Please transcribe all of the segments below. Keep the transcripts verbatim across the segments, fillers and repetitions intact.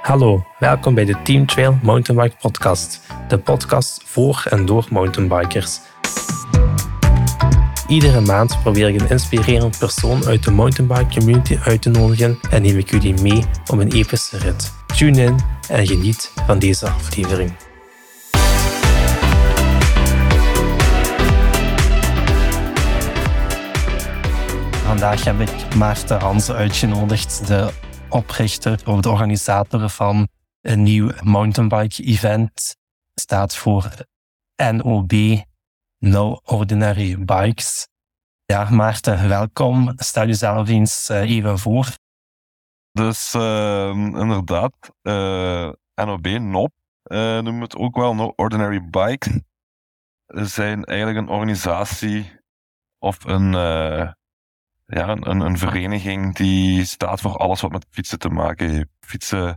Hallo, welkom bij de Team Trail Mountainbike Podcast. De podcast voor en door mountainbikers. Iedere maand probeer ik een inspirerend persoon uit de mountainbike community uit te nodigen en neem ik jullie mee op een epische rit. Tune in en geniet van deze aflevering. Vandaag heb ik Maarten Hanze uitgenodigd, de oprichter of de organisator van een nieuw mountainbike-event. Staat voor N O B, No Ordinary Bikes. Ja, Maarten, welkom. Stel jezelf eens even voor. Dus uh, inderdaad, uh, N O B, N O B, uh, noemen we het ook wel, No Ordinary Bikes. We zijn eigenlijk een organisatie of een... Uh, Ja, een, een vereniging die staat voor alles wat met fietsen te maken heeft. Fietsen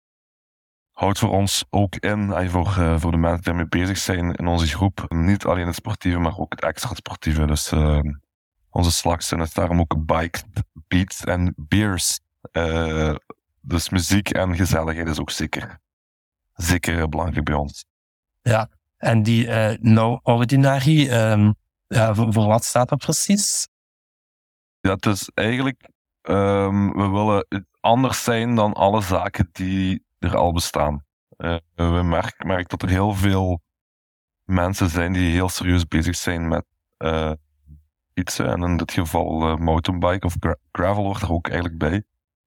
houdt voor ons ook in, en voor, uh, voor de mensen die ermee bezig zijn in onze groep, niet alleen het sportieve, maar ook het extra sportieve. Dus uh, onze slagzin is daarom ook bike, beats en beers. Uh, dus muziek en gezelligheid is ook zeker, zeker belangrijk bij ons. Ja, en die uh, No Ordinary, um, ja, voor, voor wat staat dat precies? Ja, het is eigenlijk, um, we willen anders zijn dan alle zaken die er al bestaan. Uh, we merken merk dat er heel veel mensen zijn die heel serieus bezig zijn met uh, fietsen. En in dit geval uh, mountainbike of gra- gravel hoort er ook eigenlijk bij.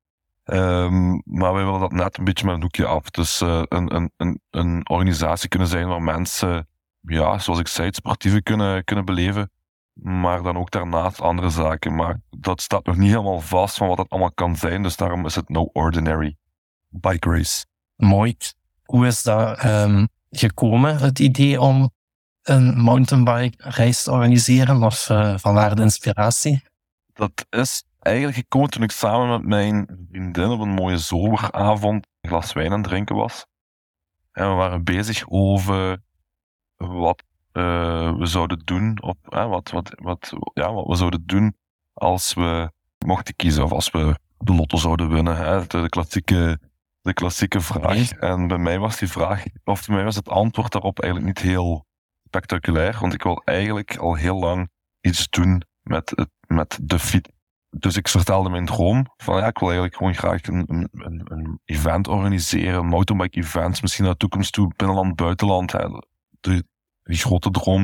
Um, maar wij willen dat net een beetje met een hoekje af. Dus uh, een, een, een, een organisatie kunnen zijn waar mensen, ja, zoals ik zei, het sportieve kunnen, kunnen beleven. Maar dan ook daarnaast andere zaken. Maar dat staat nog niet helemaal vast van wat dat allemaal kan zijn. Dus daarom is het No Ordinary Bike Race. Mooi. Hoe is dat um, gekomen, het idee om een mountainbike race te organiseren? Of uh, vanwaar de inspiratie? Dat is eigenlijk gekomen toen ik samen met mijn vriendin op een mooie zomeravond een glas wijn aan het drinken was. En we waren bezig over wat Uh, we zouden doen, op, eh, wat, wat, wat, ja, wat we zouden doen als we mochten kiezen of als we de lotto zouden winnen. Hè, de, de, klassieke, de klassieke vraag. En bij mij was die vraag, of bij mij was het antwoord daarop eigenlijk niet heel spectaculair, want ik wil eigenlijk al heel lang iets doen met, het, met de fiets. Dus ik vertelde mijn droom van ja, ik wil eigenlijk gewoon graag een, een, een event organiseren, mountainbike events, misschien naar de toekomst toe, binnenland, buitenland. Hè, de, Die grote droom.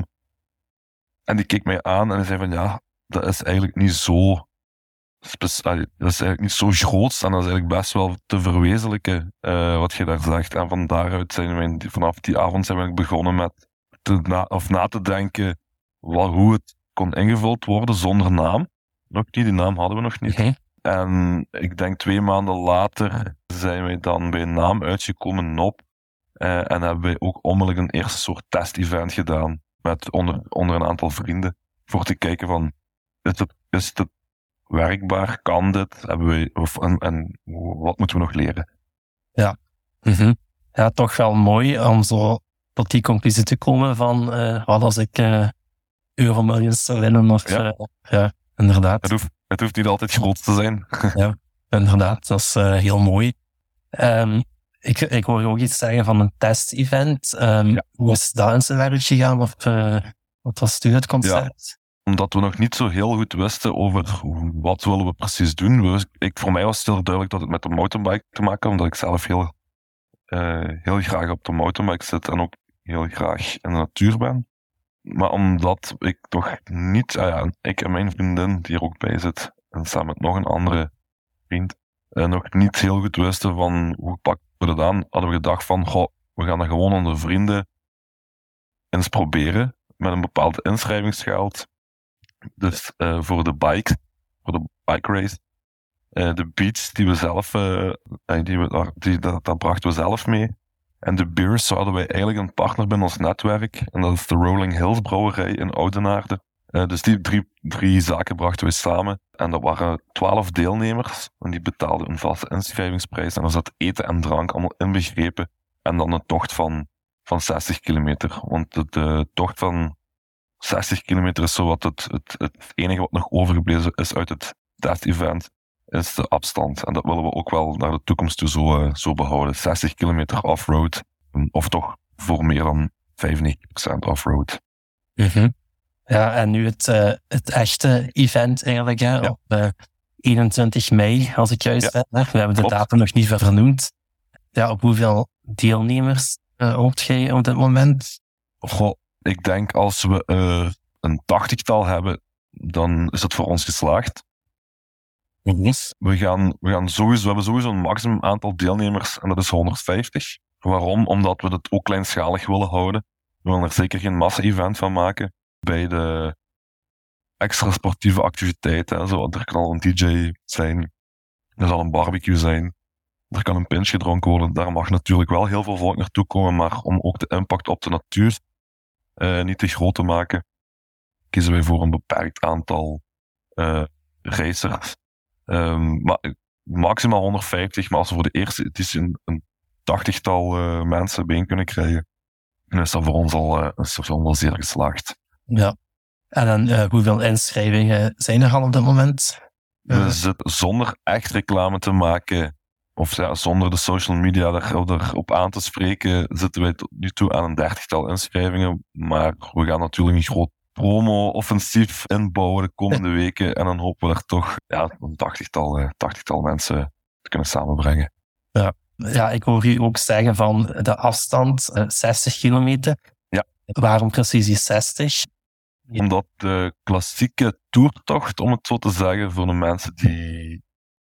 En die keek mij aan en hij zei van ja, dat is eigenlijk niet zo spe- dat is eigenlijk niet zo groot en dat is eigenlijk best wel te verwezenlijken uh, wat je daar zegt. En van daaruit zijn we vanaf die avond zijn we begonnen met te na, of na te denken wat, hoe het kon ingevuld worden zonder naam. Nog niet, die naam hadden we nog niet. Okay. En ik denk twee maanden later zijn wij dan bij een naam uitgekomen, N O B. Uh, en hebben wij ook onmiddellijk een eerste soort test-event gedaan met onder, onder een aantal vrienden. Voor te kijken van, is het, is het werkbaar? Kan dit? Hebben wij, of, en, en wat moeten we nog leren? Ja. Mm-hmm. Ja, toch wel mooi om zo tot die conclusie te komen van, uh, wat als ik uh, euromillions zou winnen? Of, ja. Uh, ja, inderdaad. Het hoeft, het hoeft niet altijd groot te zijn. Ja, inderdaad. Dat is uh, heel mooi. Um, Ik, ik hoor ook iets zeggen van een test-event. Um, ja. Hoe is dat in zijn werk gegaan? Of uh, wat was toen het concept? Ja, omdat we nog niet zo heel goed wisten over wat willen we precies doen. We, ik, voor mij was het heel duidelijk dat het met de mountainbike te maken had, omdat ik zelf heel, uh, heel graag op de mountainbike zit en ook heel graag in de natuur ben. Maar omdat ik nog niet, ah ja, ik en mijn vriendin die er ook bij zit, en samen met nog een andere vriend, uh, nog niet heel goed wisten van hoe pakken we dat aan, hadden we gedacht van, goh, we gaan dat gewoon onder vrienden eens proberen, met een bepaald inschrijvingsgeld. Dus uh, voor de bike, voor de bike race, uh, de beats die we zelf, uh, die we, die, dat, dat brachten we zelf mee. En de beers hadden wij eigenlijk een partner binnen ons netwerk, en dat is de Rolling Hills brouwerij in Oudenaarde. Uh, dus die drie, drie zaken brachten we samen. En dat waren twaalf deelnemers. En die betaalden een vaste inschrijvingsprijs. En er zat eten en drank allemaal inbegrepen. En dan een tocht van, van zestig kilometer. Want de, de tocht van zestig kilometer is zowat het, het, het enige wat nog overgebleven is uit het test-event. is de afstand. En dat willen we ook wel naar de toekomst toe zo, uh, zo behouden. zestig kilometer offroad, of toch voor meer dan vijfennegentig procent offroad. Mm-hmm. Ja, en nu het, uh, het echte event eigenlijk, hè, ja. op uh, eenentwintig mei, als ik juist ja. ben. We hebben de Klopt. datum nog niet vernoemd. Ja, op hoeveel deelnemers uh, hoopt jij op dit moment? Goh, ik denk als we uh, een tachtigtal hebben, dan is het voor ons geslaagd. Mm-hmm. We gaan, we gaan sowieso, we hebben sowieso een maximum aantal deelnemers en dat is honderdvijftig. Waarom? Omdat we het ook kleinschalig willen houden. We willen er zeker geen massa-event van maken. Bij de extra sportieve activiteiten, zo, er kan al een D J zijn, er zal een barbecue zijn, er kan een pinch gedronken worden. Daar mag natuurlijk wel heel veel volk naartoe komen, maar om ook de impact op de natuur uh, niet te groot te maken, kiezen wij voor een beperkt aantal uh, racers. Um, maar maximaal honderdvijftig, maar als we voor de eerste editie een, een tachtigtal uh, mensen bijeen kunnen krijgen, dan is dat voor ons al, uh, is dat al zeer geslaagd. Ja. En dan, uh, hoeveel inschrijvingen zijn er al op dit moment? Uh. We zitten zonder echt reclame te maken, of ja, zonder de social media er, erop aan te spreken, zitten wij tot nu toe aan een dertigtal inschrijvingen. Maar we gaan natuurlijk een groot promo-offensief inbouwen de komende weken. En dan hopen we er toch ja, een tachtigtal, uh, tachtigtal mensen te kunnen samenbrengen. Ja. Ja, ik hoor u ook zeggen van de afstand, uh, zestig kilometer. Ja. Waarom precies die zestig? Omdat de klassieke toertocht, om het zo te zeggen, voor de mensen die,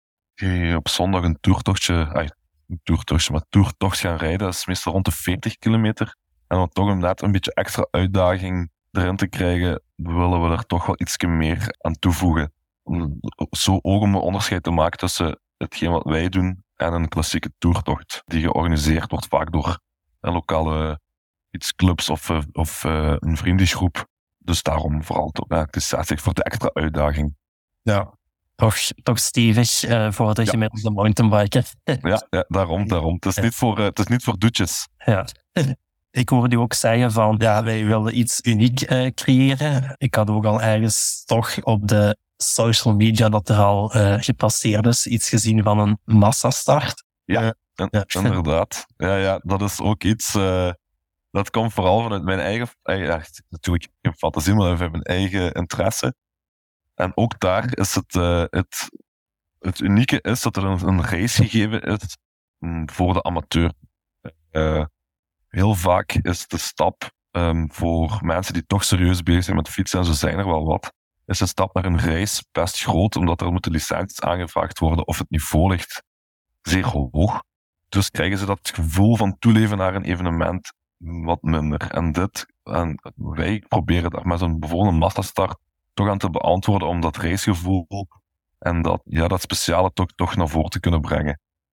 die op zondag een toertochtje, ay, een toertochtje, maar toertocht gaan rijden, is meestal rond de veertig kilometer. En om toch net een beetje extra uitdaging erin te krijgen, willen we er toch wel iets meer aan toevoegen. Om, zo ook om een onderscheid te maken tussen hetgeen wat wij doen en een klassieke toertocht, die georganiseerd wordt vaak door een lokale iets clubs of, of uh, een vriendengroep. Dus daarom vooral toch, ja, het is zestig voor de extra uitdaging. Ja, toch, toch stevig uh, voor de ja. gemiddelde mountainbiker. ja, ja, daarom, daarom. Het is, ja. niet voor, uh, het is niet voor doetjes. Ja. Ik hoorde u ook zeggen van, ja, wij wilden iets uniek uh, creëren. Ik had ook al ergens toch op de social media dat er al uh, gepasseerd is, iets gezien van een massastart. Ja, uh, en, ja. inderdaad. Ja, ja, dat is ook iets... Uh, dat komt vooral vanuit mijn eigen... Ja, natuurlijk geen fantasie, maar vanuit mijn eigen interesse. En ook daar is het... Uh, het, het unieke is dat er een, een race gegeven is um, voor de amateur. Uh, heel vaak is de stap um, voor mensen die toch serieus bezig zijn met fietsen, en zo zijn er wel wat, is de stap naar een race best groot, omdat er moeten licenties aangevraagd worden of het niveau ligt zeer hoog. Dus krijgen ze dat gevoel van toeleven naar een evenement wat minder. En dit, en wij proberen daar met zo'n bijvoorbeeld een massastart toch aan te beantwoorden om dat racegevoel en dat, ja, dat speciale toch, toch naar voren te kunnen brengen.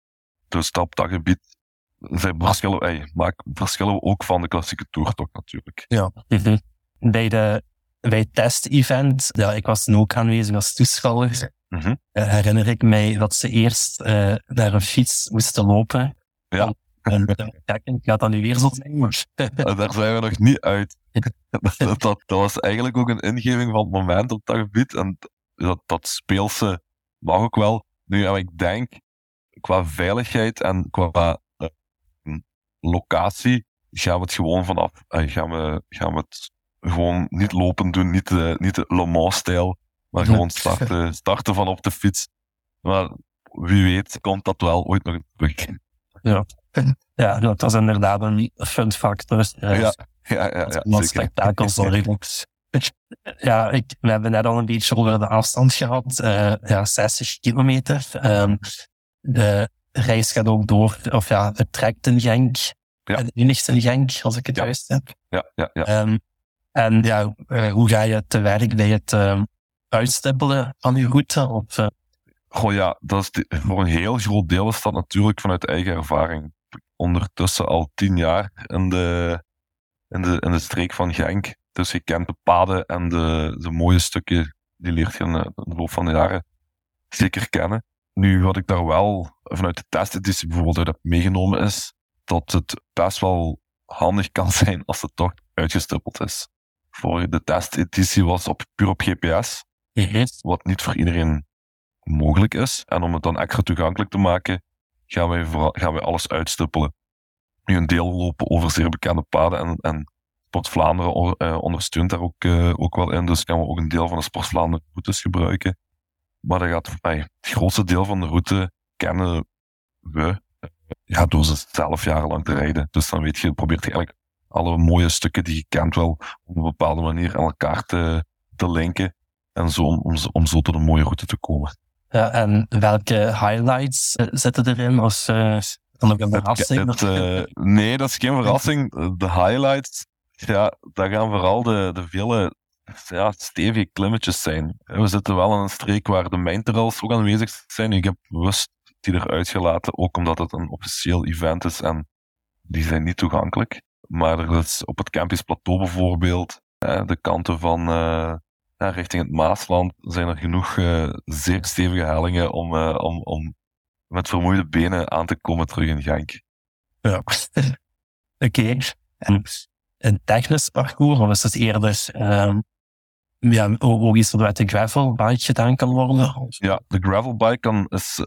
Dus op dat gebied zijn verschillen, ey, maar verschillen we ook van de klassieke toertocht natuurlijk. Ja. Mm-hmm. Bij de bij het test-event, ja, ik was toen ook aanwezig als toeschouwer, mm-hmm. uh, herinner ik mij dat ze eerst uh, naar een fiets moesten lopen. Ja. En, en ja, ik ga dat nu weer zo zeggen. Daar zijn we nog niet uit. dat, dat, dat was eigenlijk ook een ingeving van het moment op dat gebied. En dat, dat speelse mag ook wel. Nu, ja, ik denk, qua veiligheid en qua uh, locatie gaan we het gewoon vanaf, uh, gaan we, gaan we het gewoon niet lopen doen, niet de, niet de Le Mans-stijl, maar gewoon starten, starten van op de fiets. Maar wie weet komt dat wel ooit nog terug. Ja. Ja, dat was inderdaad een fun factor. Uh, ja, ja, ja, ja, een spektakel, sorry. Ja, ik, we hebben net al een beetje over de afstand gehad. Uh, ja, zestig kilometer. Um, de reis gaat ook door, of ja, het trekt in Genk. Ja. Het enigste in Genk, als ik het ja. juist heb. Ja, ja, ja. Um, en ja, uh, hoe ga je te werk bij het uh, uitstippelen van je route? Of, uh... Goh ja, dat is de, voor een heel groot deel is dat natuurlijk vanuit eigen ervaring. Ondertussen al tien jaar in de, in de, in de streek van Genk. Dus je kent de paden en de, de mooie stukken, die leert je in de, in de loop van de jaren zeker kennen. Nu, wat ik daar wel vanuit de testeditie bijvoorbeeld uit heb meegenomen is, dat het best wel handig kan zijn als het toch uitgestippeld is. Voor de testeditie was op, puur op G P S, mm-hmm. wat niet voor iedereen mogelijk is. En om het dan extra toegankelijk te maken, gaan wij, vooral, gaan wij alles uitstippelen. Nu een deel lopen over zeer bekende paden en, en Sport Vlaanderen uh, ondersteunt daar ook, uh, ook wel in. Dus gaan we ook een deel van de Sport Vlaanderen routes gebruiken. Maar dat gaat, uh, het grootste deel van de route kennen we uh, ja, door ze zelf jarenlang te rijden. Dus dan weet je, probeert je eigenlijk alle mooie stukken die je kent wel op een bepaalde manier aan elkaar te, te linken. En zo om, om, om zo tot een mooie route te komen. Ja, en welke highlights uh, zitten erin? Of uh, dan ook een verrassing? Het, het, uh, nee, dat is geen verrassing. De highlights, ja, dat gaan vooral de, de vele ja, stevige klimmetjes zijn. We zitten wel in een streek waar de mijnterrals ook aanwezig zijn. Ik heb bewust die eruit gelaten, ook omdat het een officieel event is en die zijn niet toegankelijk. Maar er is op het Kempisch Plateau bijvoorbeeld, hè, de kanten van uh, ja, richting het Maasland, zijn er genoeg uh, zeer stevige hellingen om, uh, om, om met vermoeide benen aan te komen terug in Genk. Ja, oké. Okay. En een technisch parcours, of is het eerder um, ja, ook iets wat uit de gravelbike gedaan kan worden? Ja, de gravelbike kan is...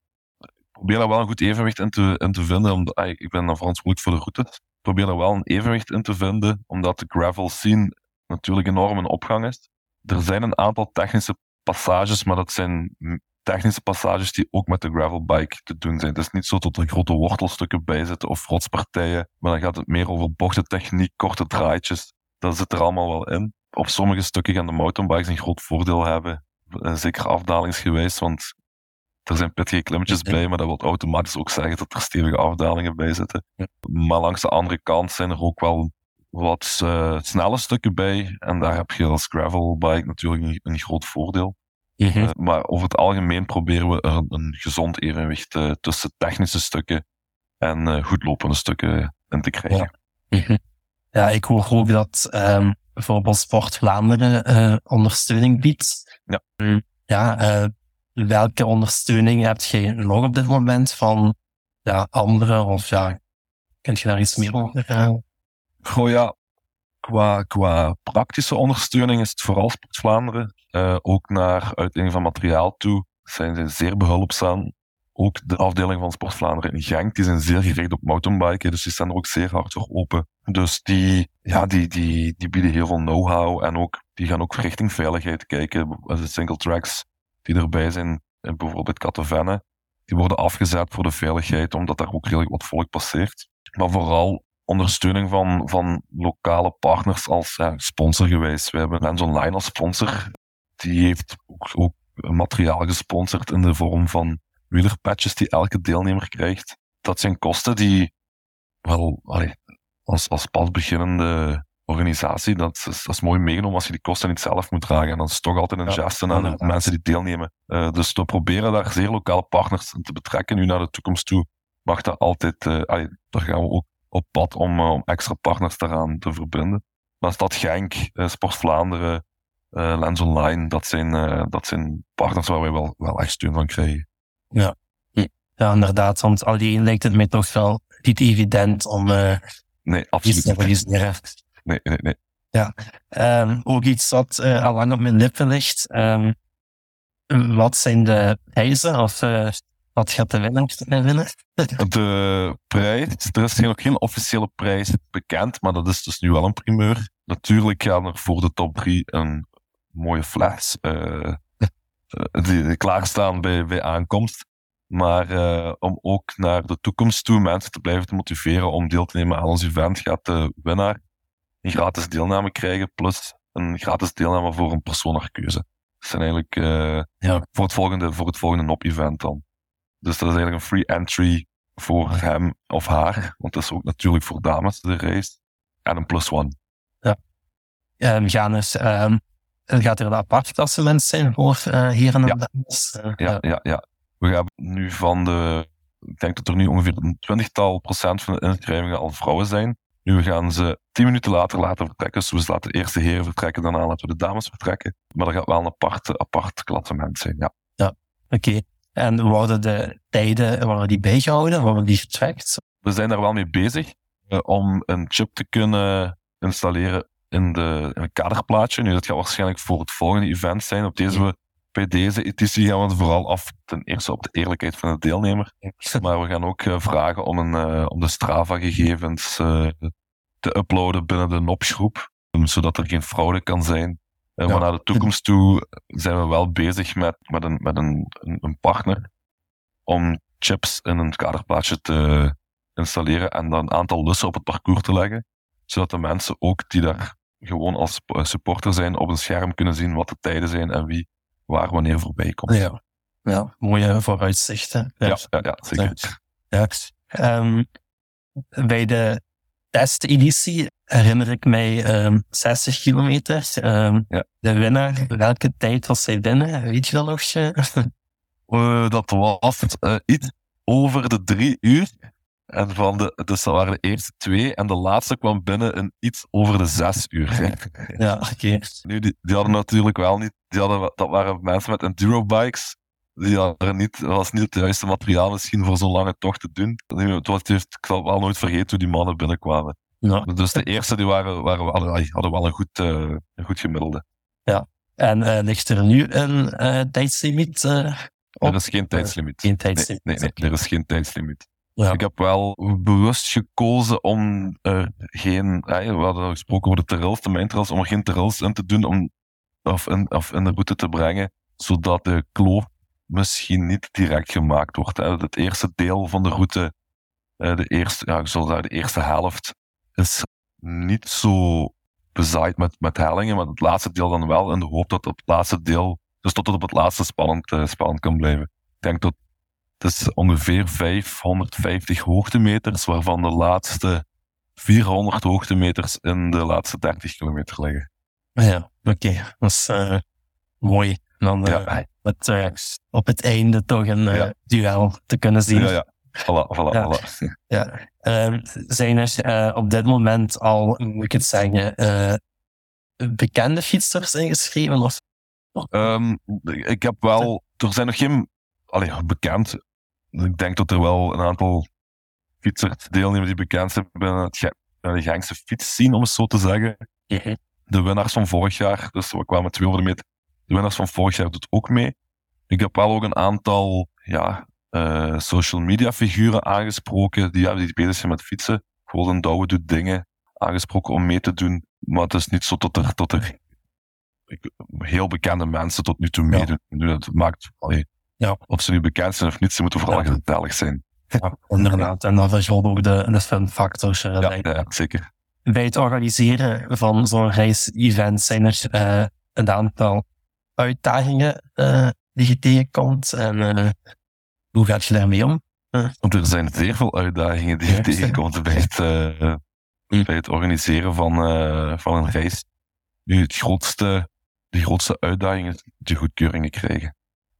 Ik probeer daar wel een goed evenwicht in te, in te vinden, omdat ik ben dan verantwoordelijk voor de route. Ik probeer daar wel een evenwicht in te vinden, omdat de gravel scene natuurlijk enorm in opgang is. Er zijn een aantal technische passages, maar dat zijn technische passages die ook met de gravelbike te doen zijn. Het is niet zo dat er grote wortelstukken bij zitten of rotspartijen, maar dan gaat het meer over bochtentechniek, korte draaitjes. Dat zit er allemaal wel in. Op sommige stukken gaan de mountainbikes een groot voordeel hebben, zeker afdalingsgewijs, want er zijn pittige klimmetjes bij, maar dat wil automatisch ook zeggen dat er stevige afdalingen bij zitten. Ja. Maar langs de andere kant zijn er ook wel wat uh, snelle stukken bij. En daar heb je als gravelbike natuurlijk een, een groot voordeel. Mm-hmm. Uh, maar over het algemeen proberen we er een gezond evenwicht uh, tussen technische stukken en uh, goedlopende stukken in te krijgen. Ja, mm-hmm. Ja, ik hoor ook dat um, bijvoorbeeld Sport Vlaanderen uh, ondersteuning biedt. Ja. Mm, ja, uh, welke ondersteuning heb je nog op dit moment van ja, anderen? Of ja, kun je daar iets meer over vertellen? Goh ja, qua, qua praktische ondersteuning is het vooral Sport Vlaanderen. Uh, ook naar uitdaging van materiaal toe zijn ze zeer behulpzaam. Ook de afdeling van Sport Vlaanderen in Genk, die zijn zeer gericht op mountainbiken, dus die staan er ook zeer hard voor open. Dus die, ja, die, die, die bieden heel veel know-how en ook, die gaan ook richting veiligheid kijken. De single tracks die erbij zijn, bijvoorbeeld Kattenvenne, die worden afgezet voor de veiligheid, omdat daar ook redelijk wat volk passeert. Maar vooral ondersteuning van, van lokale partners als ja, sponsorgewijs. We hebben Lens Online als sponsor. Die heeft ook, ook materiaal gesponsord in de vorm van wielerpatches die elke deelnemer krijgt. Dat zijn kosten die wel, allee, als, als pas beginnende organisatie, dat is, dat is mooi meegenomen als je die kosten niet zelf moet dragen. En dat is toch altijd een ja, geste aan de mensen die deelnemen. Uh, dus we proberen daar zeer lokale partners in te betrekken. Nu naar de toekomst toe mag dat altijd, uh, allee, daar gaan we ook op pad om, uh, om extra partners daaraan te verbinden. Maar Stad Genk, uh, Sport Vlaanderen, uh, Lens Online, dat zijn, uh, dat zijn partners waar wij wel, wel echt steun van krijgen. Ja. Ja, inderdaad, want alleen lijkt het mij toch wel niet evident om uh, nee, absoluut iets te realiseren. Nee, nee, nee. Ja, um, ook iets wat uh, al lang op mijn lippen ligt. Um, wat zijn de prijzen of uh, wat gaat de winnaar winnen? De prijs, er is nog geen officiële prijs bekend, maar dat is dus nu wel een primeur. Natuurlijk gaan er voor de top drie een mooie fles uh, die, die klaarstaan bij, bij aankomst. Maar uh, om ook naar de toekomst toe mensen te blijven te motiveren om deel te nemen aan ons event, gaat de winnaar een gratis deelname krijgen, plus een gratis deelname voor een persoon naar keuze. Dat zijn eigenlijk uh, ja. voor het volgende, voor het volgende N O P-event dan. Dus dat is eigenlijk een free entry voor hem of haar, want dat is ook natuurlijk voor dames de race. En een plus one. Ja. Um, gaan dus, um, gaat er een apart klassement zijn voor uh, heren en ja. dames? Uh, ja, ja, ja. We gaan nu van de, ik denk dat er nu ongeveer een twintigtal procent van de inschrijvingen al vrouwen zijn. Nu gaan ze tien minuten later laten vertrekken. Dus we laten eerst de heren vertrekken, daarna laten we de dames vertrekken. Maar er gaat wel een apart, apart klassement zijn, ja. Ja, oké. Okay. En worden de tijden, worden die bijgehouden? Worden die getrackt? We zijn daar wel mee bezig uh, om een chip te kunnen installeren in, de, in een kaderplaatje. Nu, dat gaat waarschijnlijk voor het volgende event zijn. Op deze, ja. bij deze editie gaan we het vooral af ten eerste op de eerlijkheid van de deelnemer. Maar we gaan ook uh, vragen om, een, uh, om de Strava-gegevens uh, te uploaden binnen de N O P S-groep, um, zodat er geen fraude kan zijn. Uh, ja. Maar naar de toekomst toe zijn we wel bezig met, met, een, met een, een partner om chips in een kaderplaatje te installeren en dan een aantal lussen op het parcours te leggen, zodat de mensen ook die daar gewoon als supporter zijn op een scherm kunnen zien wat de tijden zijn en wie waar wanneer voorbij komt. Ja, ja mooie vooruitzichten. Ja, ja, ja, ja zeker. Ja. Um, bij de testeditie herinner ik mij um, zestig kilometer. Um, ja. De winnaar, welke tijd was zij binnen? Weet je dat nog? uh, dat was uh, iets over de drie uur. En van de, dus dat waren de eerste twee. En de laatste kwam binnen in iets over de zes uur. Ja, oké. Okay. Nu, die, die hadden natuurlijk wel niet... Die hadden, dat waren mensen met endurobikes. Die hadden niet... Dat was niet het juiste materiaal misschien voor zo'n lange tocht te doen. Het was, ik zal wel nooit vergeten hoe die mannen binnenkwamen. Ja. Dus de eerste die waren, waren, hadden, hadden wel een goed, uh, een goed gemiddelde. Ja. En uh, ligt er nu een uh, tijdslimiet uh, op? Er is geen tijdslimiet. Geen tijdslimiet. Nee, nee, nee, er is geen tijdslimiet. Ja. Ik heb wel bewust gekozen om er geen, eh, we hadden gesproken over de trails, de mijntrails, om er geen trails in te doen, om, of, in, of in de route te brengen, zodat de kloof misschien niet direct gemaakt wordt. Hè. Het eerste deel van de route, eh, de eerste, ja, ik zal zeggen, de eerste helft, is niet zo bezaaid met, met hellingen, maar het laatste deel dan wel, in de hoop dat het laatste deel, dus tot het op het laatste spannend, uh, spannend kan blijven. Ik denk dat het is ongeveer vijfhonderdvijftig hoogtemeters, waarvan de laatste vierhonderd hoogtemeters in de laatste dertig kilometer liggen. Ja, oké. Okay. Dat is uh, mooi. Dan uh, ja. met, uh, op het einde toch een uh, ja. duel te kunnen zien. Ja, ja. Voilà, voilà, ja. voilà. Ja. Uh, zijn er uh, op dit moment al, hoe moet ik het zeggen, uh, bekende fietsers ingeschreven? Of? Um, ik heb wel... Er zijn nog geen... Allee, bekend... Ik denk dat er wel een aantal fietsers deelnemen die bekend zijn binnen het Ge- de Genkse fietsscene, om het zo te zeggen. Uh-huh. De winnaars van vorig jaar, dus we kwamen twee over de meter. De winnaars van vorig jaar doet ook mee. Ik heb wel ook een aantal ja, uh, social media figuren aangesproken die, ja, die bezig zijn met fietsen. Bijvoorbeeld een Douwe doet dingen aangesproken om mee te doen. Maar het is niet zo dat er, dat er ik, heel bekende mensen tot nu toe meedoen. Ja. Nu, dat maakt... Allee, ja. Of ze nu bekend zijn of niet, ze moeten vooral ja. gezellig zijn. Ja, inderdaad. En dat vergroot ook de, de fun-factors. Uh, ja, ja, zeker. Bij het organiseren van zo'n reis-event zijn er uh, een aantal uitdagingen uh, die je tegenkomt. En uh, hoe gaat je daarmee om? Uh. Want er zijn zeer veel uitdagingen die je tegenkomt bij het, uh, mm. bij het organiseren van, uh, van een reis. Nu, het grootste, de grootste uitdaging is de goedkeuringen krijgen.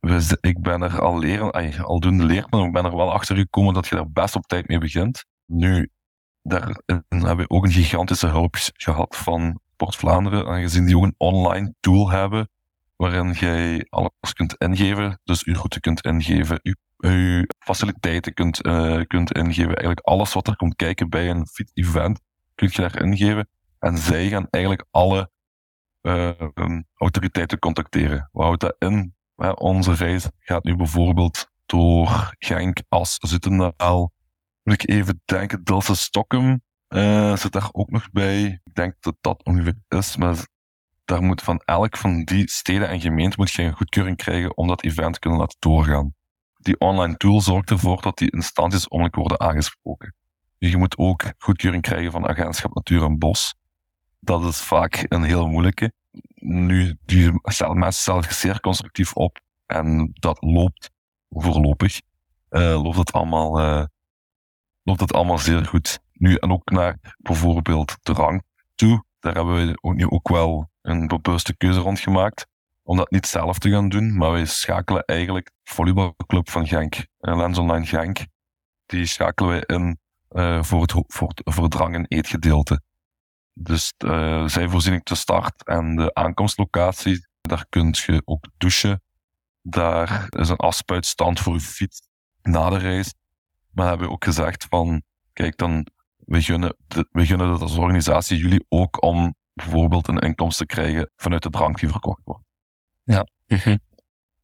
Ik ben er al leren, aldoende leert, maar ik ben er wel achter gekomen dat je daar best op tijd mee begint. Nu, daar hebben we ook een gigantische hulp gehad van Sport Vlaanderen, aangezien die ook een online tool hebben, waarin jij alles kunt ingeven, dus je route kunt ingeven, je, je faciliteiten kunt, uh, kunt ingeven, eigenlijk alles wat er komt kijken bij een fiets-event, kun je daar ingeven. En zij gaan eigenlijk alle uh, um, autoriteiten contacteren. Wat houdt dat in? Ja, onze reis gaat nu bijvoorbeeld door Genk, As, Zoetenaal. Moet ik even denken, Dilse Stockholm uh, zit daar ook nog bij. Ik denk dat dat ongeveer is, maar daar moet van elk van die steden en gemeenten moet je een goedkeuring krijgen om dat event te kunnen laten doorgaan. Die online tool zorgt ervoor dat die instanties onmiddellijk worden aangesproken. Je moet ook goedkeuring krijgen van Agentschap Natuur en Bos. Dat is vaak een heel moeilijke. Nu, die stellen mensen zelf zeer constructief op en dat loopt voorlopig. Uh, loopt het allemaal, uh, loopt het allemaal zeer goed. Nu, en ook naar bijvoorbeeld Drang toe. Daar hebben we ook nu ook wel een bewuste keuze rond gemaakt. Om dat niet zelf te gaan doen, maar wij schakelen eigenlijk de volleybalclub van Genk, uh, Lens Online Genk. Die schakelen wij in uh, voor, het, voor, het, voor het Drang- en eetgedeelte. Dus uh, zij voorzien ik de start en de aankomstlocatie. Daar kun je ook douchen. Daar is een afspuitstand voor je fiets na de reis. Maar hebben we ook gezegd van, kijk dan, we gunnen, de, we gunnen dat als organisatie jullie ook om bijvoorbeeld een inkomst te krijgen vanuit de drank die verkocht wordt. Ja. Mm-hmm.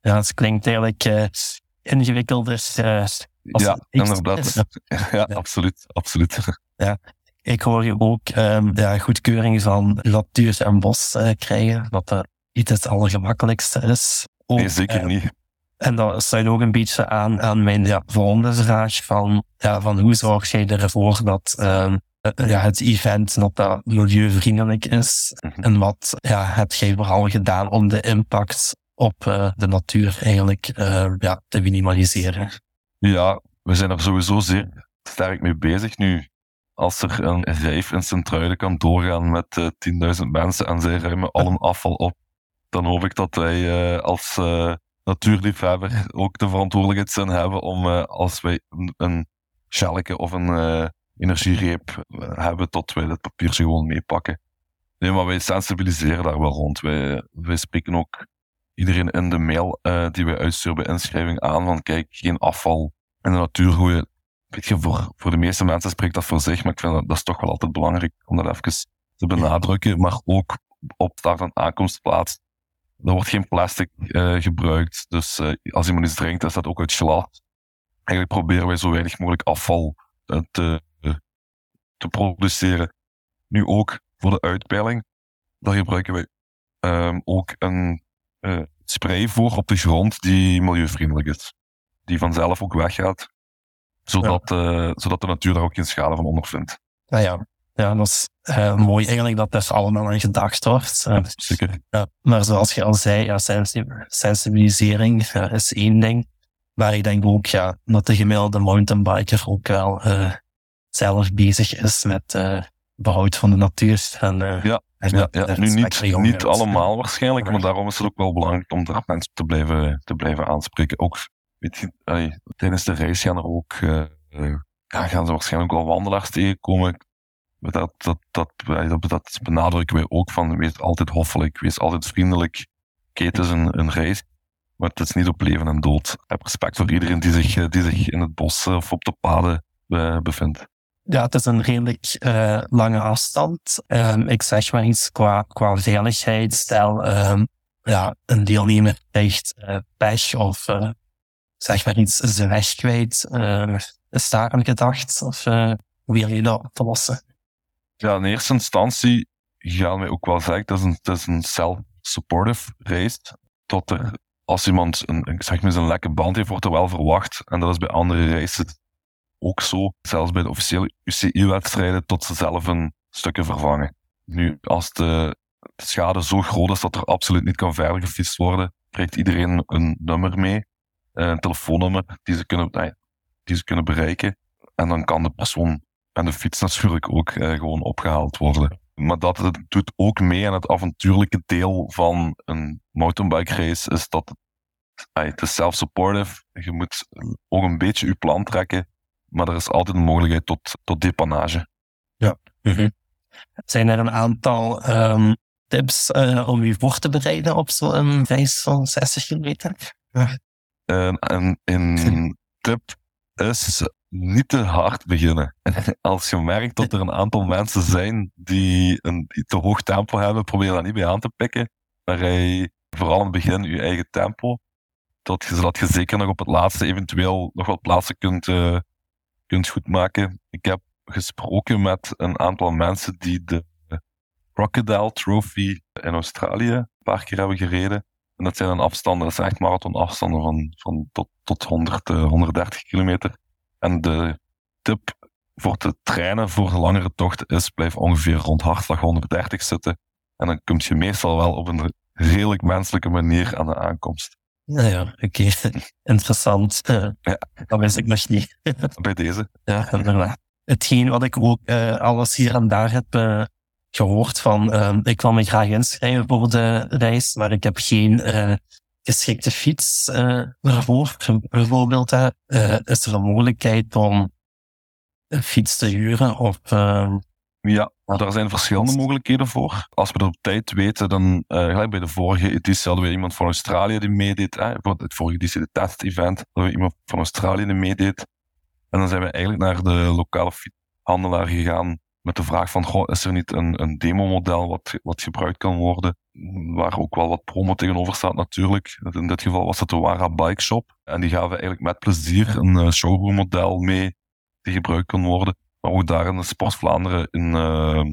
Ja, het klinkt eigenlijk uh, ingewikkelder. Uh, als ja, inderdaad. Ja, ja, absoluut. absoluut. Ja. Ik hoor je ook um, de goedkeuring van natuur en bos uh, krijgen, dat dat niet het allergemakkelijkste is. Ook, nee, zeker uh, niet. En dat sluit ook een beetje aan, aan mijn ja, volgende vraag van, ja, van hoe zorg jij ervoor dat um, uh, ja, het event dat dat milieuvriendelijk is? Mm-hmm. En wat ja, heb jij vooral gedaan om de impact op uh, de natuur eigenlijk uh, ja, te minimaliseren? Ja, we zijn er sowieso zeer sterk mee bezig nu. Als er een rijf in Sint-Truiden kan doorgaan met uh, tienduizend mensen en zij ruimen al een afval op, dan hoop ik dat wij uh, als uh, natuurliefhebber ook de verantwoordelijkheidszin hebben om uh, als wij een, een shelleke of een uh, energiereep hebben, tot wij dat papiertje gewoon meepakken. Nee, maar wij sensibiliseren daar wel rond. Wij, wij spreken ook iedereen in de mail uh, die wij uitsturen bij inschrijving aan van kijk, geen afval in de natuur gooien. Weet je, voor, voor de meeste mensen spreekt dat voor zich, maar ik vind dat, dat is toch wel altijd belangrijk om dat even te benadrukken. Maar ook op start- en aankomstplaats. Er wordt geen plastic uh, gebruikt, dus uh, als iemand iets drinkt, is dat ook uit glas. Eigenlijk proberen wij zo weinig mogelijk afval uh, te, uh, te produceren. Nu ook voor de uitpeiling, daar gebruiken wij um, ook een uh, spray voor op de grond die milieuvriendelijk is. Die vanzelf ook weggaat. Zodat, ja. uh, zodat de natuur daar ook geen schade van ondervindt. Ja, ja. ja dat is uh, mooi eigenlijk dat er allemaal aan gedacht wordt. Uh, ja, zeker. Ja, maar zoals je al zei, ja, sensibilisering uh, is één ding. Maar ik denk ook ja, dat de gemiddelde mountainbiker ook wel uh, zelf bezig is met uh, behoud van de natuur. En, uh, ja, en ja, ja. nu niet, niet allemaal waarschijnlijk, maar daarom is het ook wel belangrijk om daar mensen te blijven, te blijven aanspreken. Ook weet je, ay, tijdens de reis gaan er ook, uh, uh, ja, gaan ze waarschijnlijk wel wandelaars tegenkomen. Dat, dat, dat, dat, dat benadrukken wij ook van, wees altijd hoffelijk, wees altijd vriendelijk. Oké, het is een, een reis, maar het is niet op leven en dood. Heb respect voor iedereen die zich, die zich in het bos of op de paden uh, bevindt. Ja, het is een redelijk uh, lange afstand. Um, ik zeg maar iets qua, qua veiligheid. Stel, um, ja, een deelnemer krijgt uh, pech of uh, zeg maar iets is de weg kwijt. Uh, is daar aan gedacht? Of uh, hoe wil je dat op te lossen? Ja, in eerste instantie gaan wij ook wel zeggen, het is een, het is een self-supportive race. Tot er, als iemand een, ik zeg maar, een lekke band heeft, wordt er wel verwacht. En dat is bij andere races ook zo. Zelfs bij de officiële U C I-wedstrijden, tot ze zelf een stukje vervangen. Nu, als de, de schade zo groot is dat er absoluut niet kan verder gefietst worden, krijgt iedereen een nummer mee. Een telefoonnummer die ze kunnen, nee, die ze kunnen bereiken. En dan kan de persoon en de fiets natuurlijk ook eh, gewoon opgehaald worden. Maar dat het doet ook mee aan het avontuurlijke deel van een mountainbike race, is dat het, eh, het is self-supportive. Je moet ook een beetje je plan trekken, maar er is altijd een mogelijkheid tot, tot depannage. Ja. Mm-hmm. Zijn er een aantal um, tips uh, om je voor te bereiden op zo'n reis van zestig kilometer? Ja. En, en een tip is niet te hard beginnen. Als je merkt dat er een aantal mensen zijn die een te hoog tempo hebben, probeer daar niet bij aan te pikken. Maar rij vooral in het begin je eigen tempo, tot je, zodat je zeker nog op het laatste eventueel nog wat plaatsen kunt, uh, kunt goedmaken. Ik heb gesproken met een aantal mensen die de Crocodile Trophy in Australië een paar keer hebben gereden. En dat zijn dan afstanden, dat zijn echt marathonafstanden van, van tot, tot honderd, uh, honderddertig kilometer. En de tip voor te trainen voor een langere tocht is, blijf ongeveer rond hartslag honderddertig zitten. En dan kom je meestal wel op een redelijk menselijke manier aan de aankomst. Nou ja, oké. Okay. Interessant. Uh, ja. Dat wist ik nog niet. Bij deze. Ja, inderdaad. Hetgeen wat ik ook uh, alles hier en daar heb uh, gehoord van, uh, ik wil me graag inschrijven voor de reis, maar ik heb geen uh, geschikte fiets uh, ervoor. Bijvoorbeeld, uh, is er een mogelijkheid om een fiets te huren of... Uh, ja, daar zijn verschillende mogelijkheden voor. Als we dat op tijd weten, dan uh, gelijk bij de vorige editie hadden we iemand van Australië die meedeed. Eh, het vorige editie, de test-event, hadden we iemand van Australië die meedeed. En dan zijn we eigenlijk naar de lokale fietshandelaar gegaan met de vraag van, goh, is er niet een, een demo-model wat, wat gebruikt kan worden? waar ook wel wat promo tegenover staat natuurlijk. In dit geval was het de Wara Bike Shop. En die gaven eigenlijk met plezier een uh, showroommodel mee die gebruikt kon worden. Maar ook daarin is Sport Vlaanderen een, uh,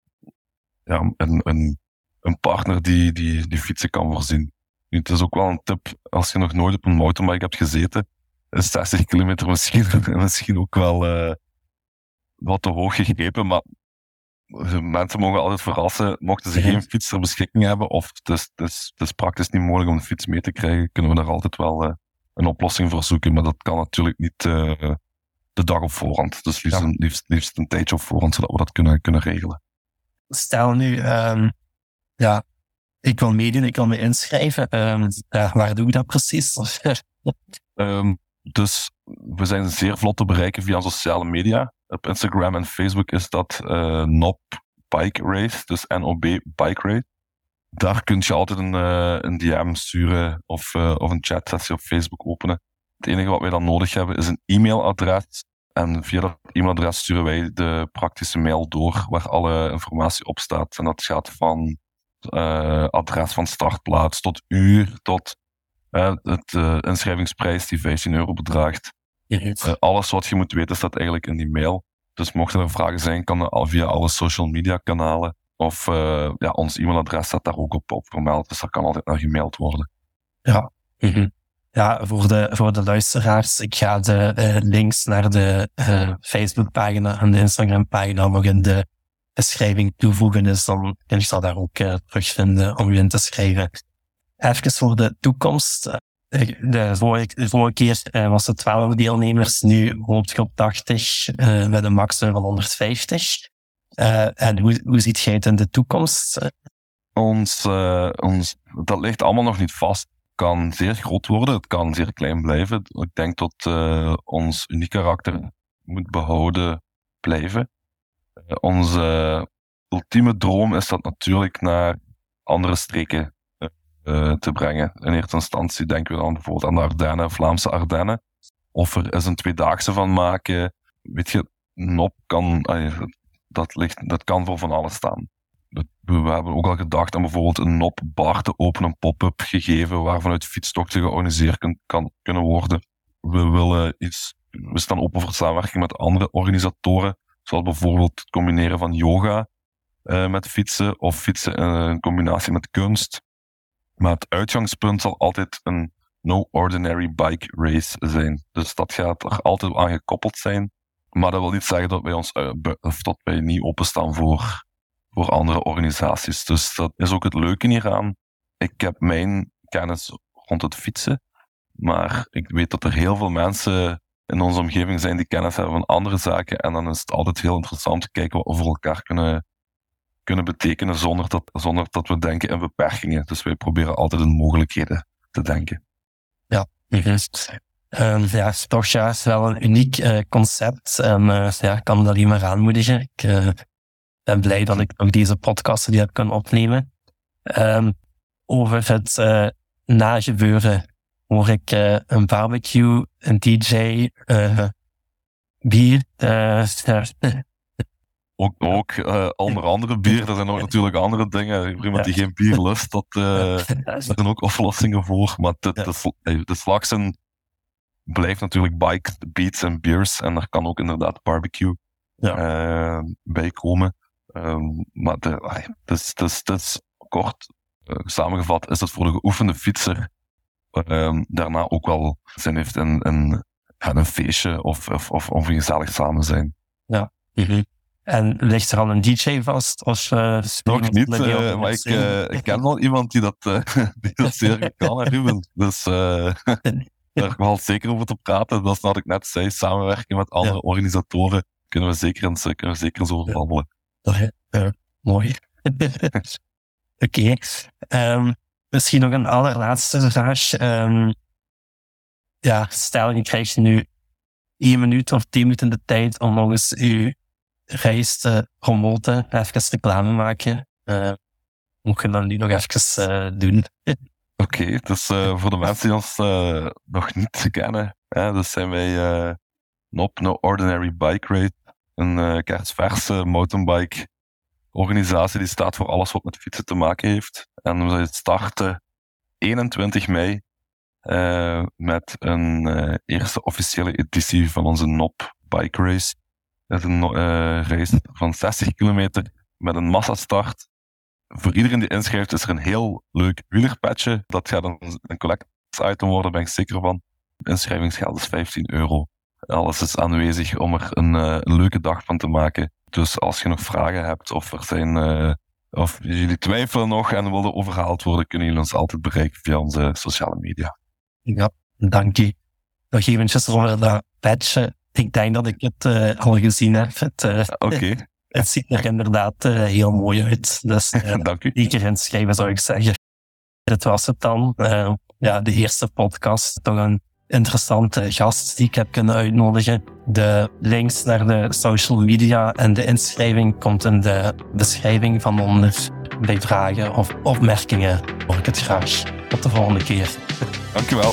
ja, een, een, een partner die, die, die fietsen kan voorzien. Nu, het is ook wel een tip, als je nog nooit op een mountainbike hebt gezeten, is zestig kilometer misschien, misschien ook wel uh, wat te hoog gegrepen, maar mensen mogen altijd verrassen. Mochten ze geen fiets ter beschikking hebben, of het is, het, is, het is praktisch niet mogelijk om de fiets mee te krijgen, kunnen we daar altijd wel uh, een oplossing voor zoeken. Maar dat kan natuurlijk niet uh, de dag op voorhand. Dus liefst, ja. een, liefst, liefst een tijdje op voorhand, zodat we dat kunnen, kunnen regelen. Stel nu, um, ja, ik wil meedoen, ik wil me inschrijven. Um, ja, waar doe ik dat precies? um, dus we zijn zeer vlot te bereiken via sociale media. Op Instagram en Facebook is dat uh, N O B Bike Race, dus N O B Bike Race. Daar kun je altijd een, uh, een D M sturen of, uh, of een chatsessie op Facebook openen. Het enige wat wij dan nodig hebben is een e-mailadres. En via dat e-mailadres sturen wij de praktische mail door waar alle informatie op staat. En dat gaat van uh, adres van startplaats tot uur, tot uh, het uh, inschrijvingsprijs die vijftien euro bedraagt. Uh, alles wat je moet weten staat eigenlijk in die mail. Dus mochten er vragen zijn, kan dat via alle social media kanalen. Of uh, ja, ons e-mailadres staat daar ook op, op vermeld. Dus daar kan altijd naar gemaild worden. Ja, mm-hmm. Ja, voor de, voor de luisteraars. Ik ga de uh, links naar de uh, Facebookpagina en de Instagrampagina nog in de beschrijving toevoegen. Dus dan kun je dat daar ook uh, terugvinden om je in te schrijven. Even voor de toekomst. De vorige, de vorige keer uh, was het twaalf deelnemers, nu hoop je op tachtig, uh, met een maximum van honderdvijftig. Uh, en hoe, hoe ziet jij het in de toekomst? Ons, uh, ons, dat ligt allemaal nog niet vast. Het kan zeer groot worden, het kan zeer klein blijven. Ik denk dat uh, ons uniek karakter moet behouden blijven. Uh, onze ultieme droom is dat natuurlijk naar andere streken Uh, te brengen. In eerste instantie denken we dan bijvoorbeeld aan de Ardennen, Vlaamse Ardennen. Of er is een tweedaagse van maken. Weet je, N O B kan, uh, dat, ligt, dat kan voor van alles staan. We, we hebben ook al gedacht aan bijvoorbeeld een N O B-bar te openen, een pop-up gegeven, waar vanuit fietstochten georganiseerd kan, kan, kunnen worden. We willen iets, we staan open voor samenwerking met andere organisatoren, zoals bijvoorbeeld het combineren van yoga uh, met fietsen, of fietsen in combinatie met kunst. Maar het uitgangspunt zal altijd een no ordinary bike race zijn. Dus dat gaat er altijd aan gekoppeld zijn. Maar dat wil niet zeggen dat wij ons uh, be- of dat wij niet openstaan voor, voor andere organisaties. Dus dat is ook het leuke hieraan. Ik heb mijn kennis rond het fietsen. Maar ik weet dat er heel veel mensen in onze omgeving zijn die kennis hebben van andere zaken. En dan is het altijd heel interessant te kijken wat we voor elkaar kunnen kunnen betekenen zonder dat, zonder dat we denken in beperkingen. Dus wij proberen altijd in mogelijkheden te denken. Ja, um, ja, toch ja, is wel een uniek uh, concept. En uh, ja, ik kan dat alleen maar aanmoedigen. Ik uh, ben blij dat ik ook deze podcast die heb kunnen opnemen. Um, over het uh, nagebeuren hoor ik uh, een barbecue, een D J, uh, bier. Uh, Ook, ook uh, onder andere bier, er zijn ook natuurlijk andere dingen. Voor iemand die geen bier lust, dat, uh, daar zijn ook oplossingen voor. Maar de, de, de, de slagzin blijft natuurlijk bike, beats en beers. En daar kan ook inderdaad barbecue ja. uh, bij komen. Um, maar de, dus, dus, dus, kort uh, samengevat is het voor de geoefende fietser uh, daarna ook wel zin heeft in, in, in een feestje of, of, of, of een gezellig samen zijn. Ja. Mm-hmm. En ligt er al een D J vast? Of, uh, Nog niet, uh, maar ik, uh, ik ken wel iemand die dat, uh, die dat zeer goed kan, Ruben. Dus uh, daar wel zeker over te praten. Dat is wat ik net zei, samenwerken met andere ja. organisatoren kunnen we zeker eens, kunnen we zeker eens over babbelen. Ja. Uh, mooi. Oké. Okay. Um, misschien nog een allerlaatste vraag. Um, ja, stel je krijgt nu één minuut of tien minuten de tijd om nog eens uw reis te promoten, even reclame maken. Uh, moet je dan nu nog even uh, doen. Oké, okay, dus uh, voor de mensen die ons uh, nog niet kennen, hè, dus zijn wij uh, N O B No Ordinary Bike Race, een uh, kerstverse mountainbike organisatie die staat voor alles wat met fietsen te maken heeft. En we starten eenentwintig mei uh, met een uh, eerste officiële editie van onze N O P Bike Race. Dat is een uh, race van zestig kilometer met een massastart. Voor iedereen die inschrijft is er een heel leuk wielerpatje. Dat gaat een, een collectors item worden, ben ik zeker van. Inschrijvingsgeld is vijftien euro. Alles is aanwezig om er een, uh, een leuke dag van te maken. Dus als je nog vragen hebt of er zijn, uh, of jullie twijfelen nog en willen overhaald worden, kunnen jullie ons altijd bereiken via onze sociale media. Ja, dank je. Nog eventjes over dat patchje. Ik denk dat ik het uh, al gezien heb. Het, uh, okay. het ziet er inderdaad uh, heel mooi uit. Dus uh, dank u. Die keer inschrijven zou ik zeggen. Dat was het dan. Uh, ja, de eerste podcast. Toch een interessante gast die ik heb kunnen uitnodigen. De links naar de social media en de inschrijving komt in de beschrijving van onder. Bij vragen of opmerkingen hoor ik het graag. Tot de volgende keer. Dank u wel.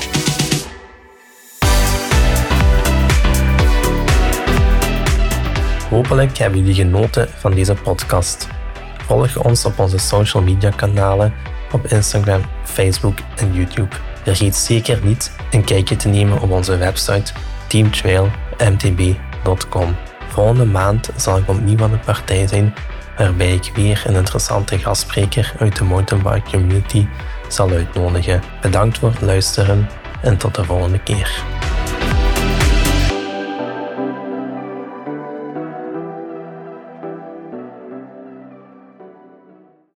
Hopelijk hebben jullie genoten van deze podcast. Volg ons op onze social media kanalen op Instagram, Facebook en YouTube. Vergeet zeker niet een kijkje te nemen op onze website teamtrail m t b dot com. Volgende maand zal ik opnieuw aan de partij zijn, waarbij ik weer een interessante gastspreker uit de mountainbike community zal uitnodigen. Bedankt voor het luisteren en tot de volgende keer.